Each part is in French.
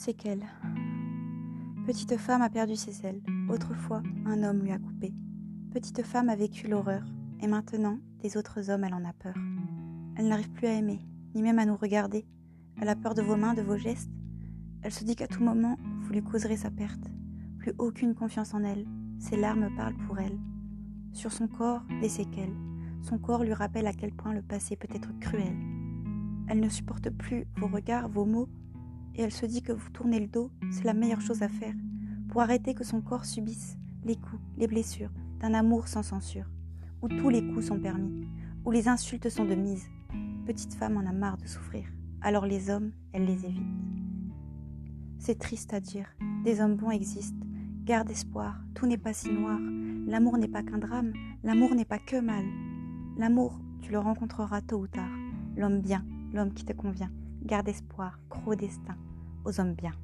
Séquelles. Petite femme a perdu ses ailes. Autrefois, un homme lui a coupé. Petite femme a vécu l'horreur. Et maintenant, des autres hommes, elle en a peur. Elle n'arrive plus à aimer, ni même à nous regarder. Elle a peur de vos mains, de vos gestes. Elle se dit qu'à tout moment, vous lui causerez sa perte. Plus aucune confiance en elle. Ses larmes parlent pour elle. Sur son corps, des séquelles. Son corps lui rappelle à quel point le passé peut être cruel. Elle ne supporte plus vos regards, vos mots, et elle se dit que vous tournez le dos, c'est la meilleure chose à faire, pour arrêter que son corps subisse les coups, les blessures, d'un amour sans censure, où tous les coups sont permis, où les insultes sont de mise. Petite femme en a marre de souffrir, alors les hommes, elle les évite. C'est triste à dire, des hommes bons existent, garde espoir, tout n'est pas si noir, l'amour n'est pas qu'un drame, l'amour n'est pas que mal. L'amour, tu le rencontreras tôt ou tard, l'homme bien, l'homme qui te convient, garde espoir, crois au destin, aux hommes bien.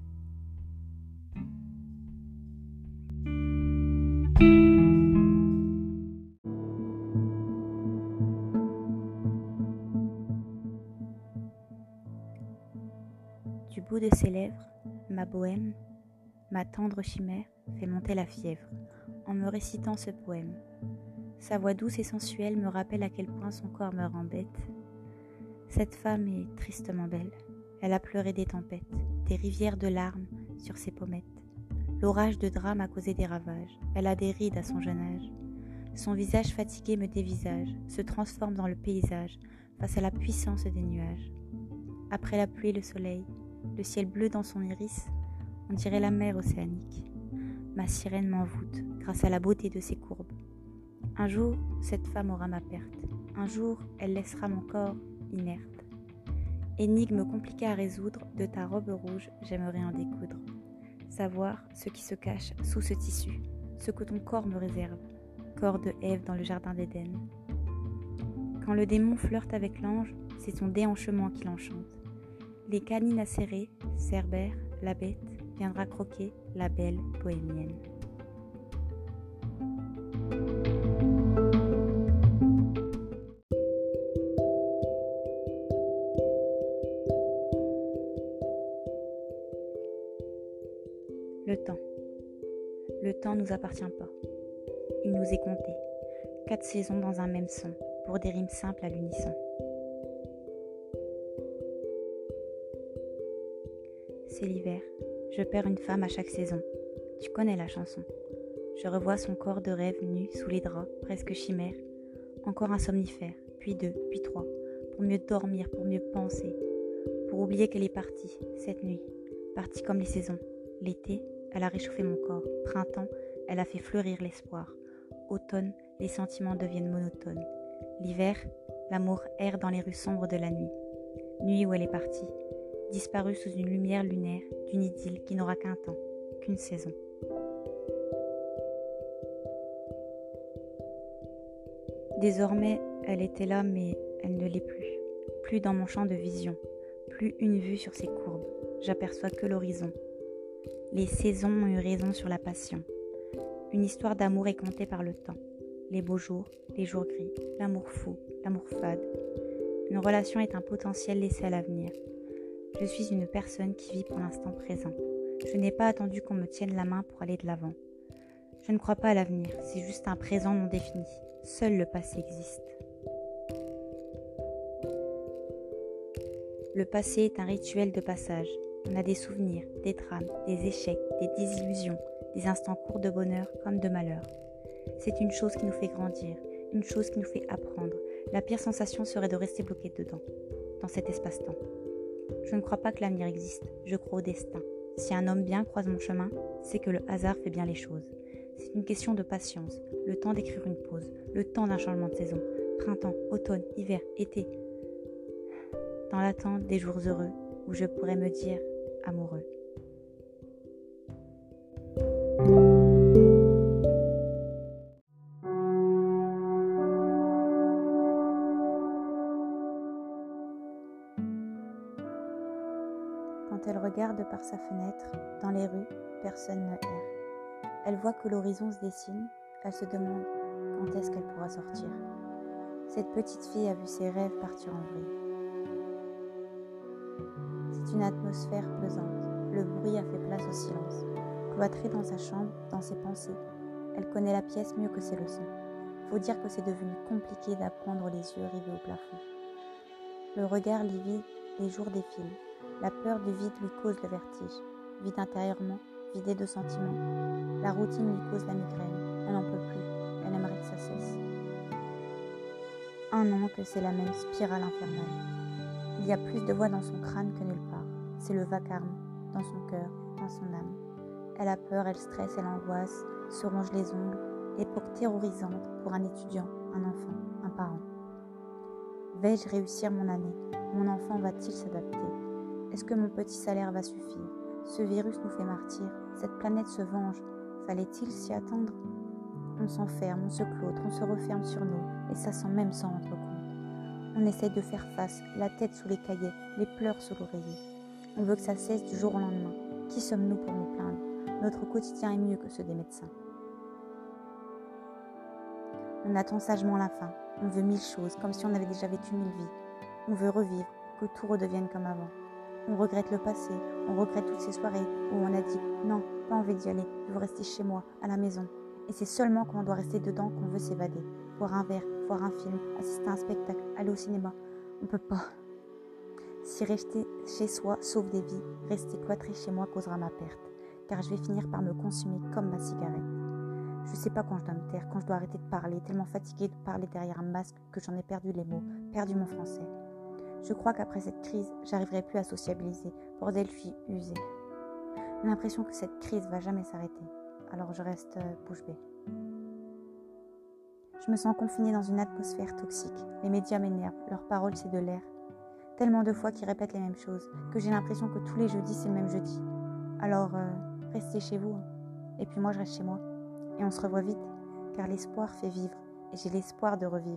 Du bout de ses lèvres, ma bohème, ma tendre chimère fait monter la fièvre en me récitant ce poème. Sa voix douce et sensuelle me rappelle à quel point son corps me rend bête. Cette femme est tristement belle. Elle a pleuré des tempêtes, des rivières de larmes sur ses pommettes. L'orage de drame a causé des ravages. Elle a des rides à son jeune âge. Son visage fatigué me dévisage, se transforme dans le paysage face à la puissance des nuages. Après la pluie, le soleil, le ciel bleu dans son iris, on dirait la mer océanique. Ma sirène m'envoûte grâce à la beauté de ses courbes. Un jour, cette femme aura ma perte. Un jour, elle laissera mon corps inerte. Énigme compliquée à résoudre, de ta robe rouge, j'aimerais en découdre. Savoir ce qui se cache sous ce tissu, ce que ton corps me réserve, corps de Ève dans le jardin d'Éden. Quand le démon flirte avec l'ange, c'est son déhanchement qui l'enchante. Les canines acérées, Cerbère, la bête, viendra croquer la belle bohémienne. Le temps. Le temps nous appartient pas. Il nous est compté. 4 saisons dans un même son, pour des rimes simples à l'unisson. C'est l'hiver. Je perds une femme à chaque saison. Tu connais la chanson. Je revois son corps de rêve nu sous les draps, presque chimère. Encore un somnifère, puis 2, puis 3, pour mieux dormir, pour mieux penser, pour oublier qu'elle est partie, cette nuit, partie comme les saisons. L'été, elle a réchauffé mon corps. Printemps, elle a fait fleurir l'espoir. Automne, les sentiments deviennent monotones. L'hiver, l'amour erre dans les rues sombres de la nuit. Nuit où elle est partie, disparue sous une lumière lunaire d'une idylle qui n'aura qu'un temps, qu'une saison. Désormais, elle était là, mais elle ne l'est plus. Plus dans mon champ de vision, plus une vue sur ses courbes. J'aperçois que l'horizon. Les saisons ont eu raison sur la passion. Une histoire d'amour est contée par le temps. Les beaux jours, les jours gris, l'amour fou, l'amour fade. Une relation est un potentiel laissé à l'avenir. Je suis une personne qui vit pour l'instant présent. Je n'ai pas attendu qu'on me tienne la main pour aller de l'avant. Je ne crois pas à l'avenir, c'est juste un présent non défini. Seul le passé existe. Le passé est un rituel de passage. On a des souvenirs, des drames, des échecs, des désillusions, des instants courts de bonheur comme de malheur. C'est une chose qui nous fait grandir, une chose qui nous fait apprendre. La pire sensation serait de rester bloqué dedans, dans cet espace-temps. Je ne crois pas que l'avenir existe, je crois au destin. Si un homme bien croise mon chemin, c'est que le hasard fait bien les choses. C'est une question de patience, le temps d'écrire une pause, le temps d'un changement de saison, printemps, automne, hiver, été. Dans l'attente des jours heureux où je pourrais me dire amoureux. Quand elle regarde par sa fenêtre, dans les rues, personne ne erre. Elle voit que l'horizon se dessine, elle se demande quand est-ce qu'elle pourra sortir. Cette petite fille a vu ses rêves partir en vrille. C'est une atmosphère pesante. Le bruit a fait place au silence. Cloîtrée dans sa chambre, dans ses pensées, elle connaît la pièce mieux que ses leçons. Faut dire que c'est devenu compliqué d'apprendre les yeux rivés au plafond. Le regard livide, les jours défilent. La peur du vide lui cause le vertige. Vide intérieurement, vidé de sentiments. La routine lui cause la migraine. Elle n'en peut plus. Elle aimerait que ça cesse. 1 an que c'est la même spirale infernale. Il y a plus de voix dans son crâne que nulle part. C'est le vacarme, dans son cœur, dans son âme. Elle a peur, elle stresse, elle angoisse, se ronge les ongles. Époque terrorisante pour un étudiant, un enfant, un parent. Vais-je réussir mon année? Mon enfant va-t-il s'adapter? Est-ce que mon petit salaire va suffire? Ce virus nous fait martyrs. Cette planète se venge. Fallait-il s'y attendre? On s'enferme, on se cloître, on se referme sur nous, et ça sans même s'en rendre compte. On essaye de faire face, la tête sous les cahiers, les pleurs sous l'oreiller. On veut que ça cesse du jour au lendemain. Qui sommes-nous pour nous plaindre? Notre quotidien est mieux que ceux des médecins. On attend sagement la fin. On veut 1000 choses, comme si on avait déjà vécu 1000 vies. On veut revivre, que tout redevienne comme avant. On regrette le passé, on regrette toutes ces soirées où on a dit « Non, pas envie d'y aller, je veux rester chez moi, à la maison ». Et c'est seulement quand on doit rester dedans qu'on veut s'évader. Boire un verre, voir un film, assister à un spectacle, aller au cinéma. On peut pas. Si rester chez soi sauve des vies, rester cloîtré chez moi causera ma perte. Car je vais finir par me consumer comme ma cigarette. Je sais pas quand je dois me taire, quand je dois arrêter de parler, tellement fatiguée de parler derrière un masque que j'en ai perdu les mots, perdu mon français. Je crois qu'après cette crise, j'arriverai plus à sociabiliser. Bordel, je suis usée. J'ai l'impression que cette crise va jamais s'arrêter. Alors je reste bouche bée. Je me sens confinée dans une atmosphère toxique. Les médias m'énervent, leurs paroles c'est de l'air. Tellement de fois qu'ils répètent les mêmes choses, que j'ai l'impression que tous les jeudis c'est le même jeudi. Alors restez chez vous. Et puis moi je reste chez moi. Et on se revoit vite, car l'espoir fait vivre. Et j'ai l'espoir de revivre.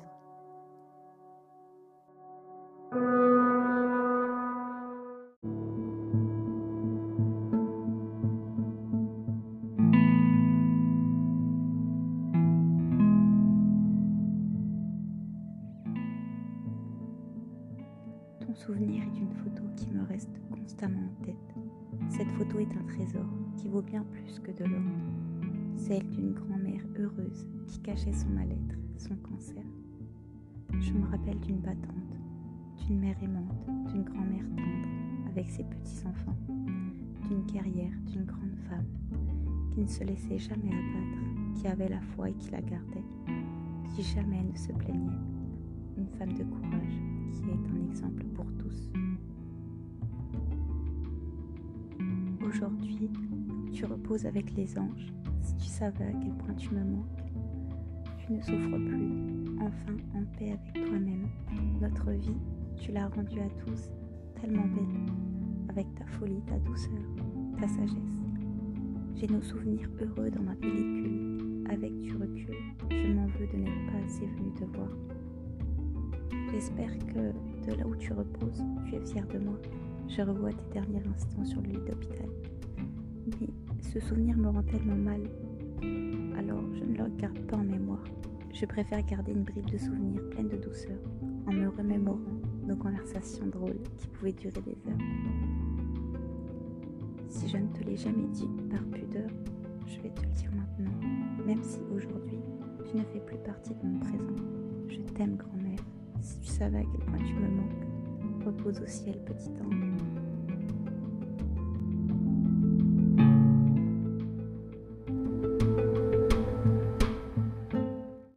Ton souvenir est une photo qui me reste constamment en tête. Cette photo est un trésor qui vaut bien plus que de l'or. Celle d'une grand-mère heureuse qui cachait son mal-être, son cancer. Je me rappelle d'une battante, d'une mère aimante, d'une grand-mère tendre avec ses petits-enfants, d'une guerrière, d'une grande femme qui ne se laissait jamais abattre, qui avait la foi et qui la gardait, qui jamais ne se plaignait. Une femme de courage qui est un exemple pour tous. Aujourd'hui, tu reposes avec les anges. Si tu savais à quel point tu me manques, tu ne souffres plus, enfin en paix avec toi-même. Notre vie, tu l'as rendue à tous tellement belle, avec ta folie, ta douceur, ta sagesse. J'ai nos souvenirs heureux dans ma pellicule. Avec du recul, je m'en veux de n'être pas assez venue te voir. J'espère que de là où tu reposes, tu es fière de moi. Je revois tes derniers instants sur le lit d'hôpital. Mais ce souvenir me rend tellement mal. Alors je ne le garde pas en mémoire. Je préfère garder une bribe de souvenirs pleine de douceur, en me remémorant nos conversations drôles qui pouvaient durer des heures. Si je ne te l'ai jamais dit par pudeur, je vais te le dire maintenant, même si aujourd'hui tu ne fais plus partie de mon présent. Je t'aime, grand-mère. Si tu savais à quel point tu me manques, repose au ciel, petit ange.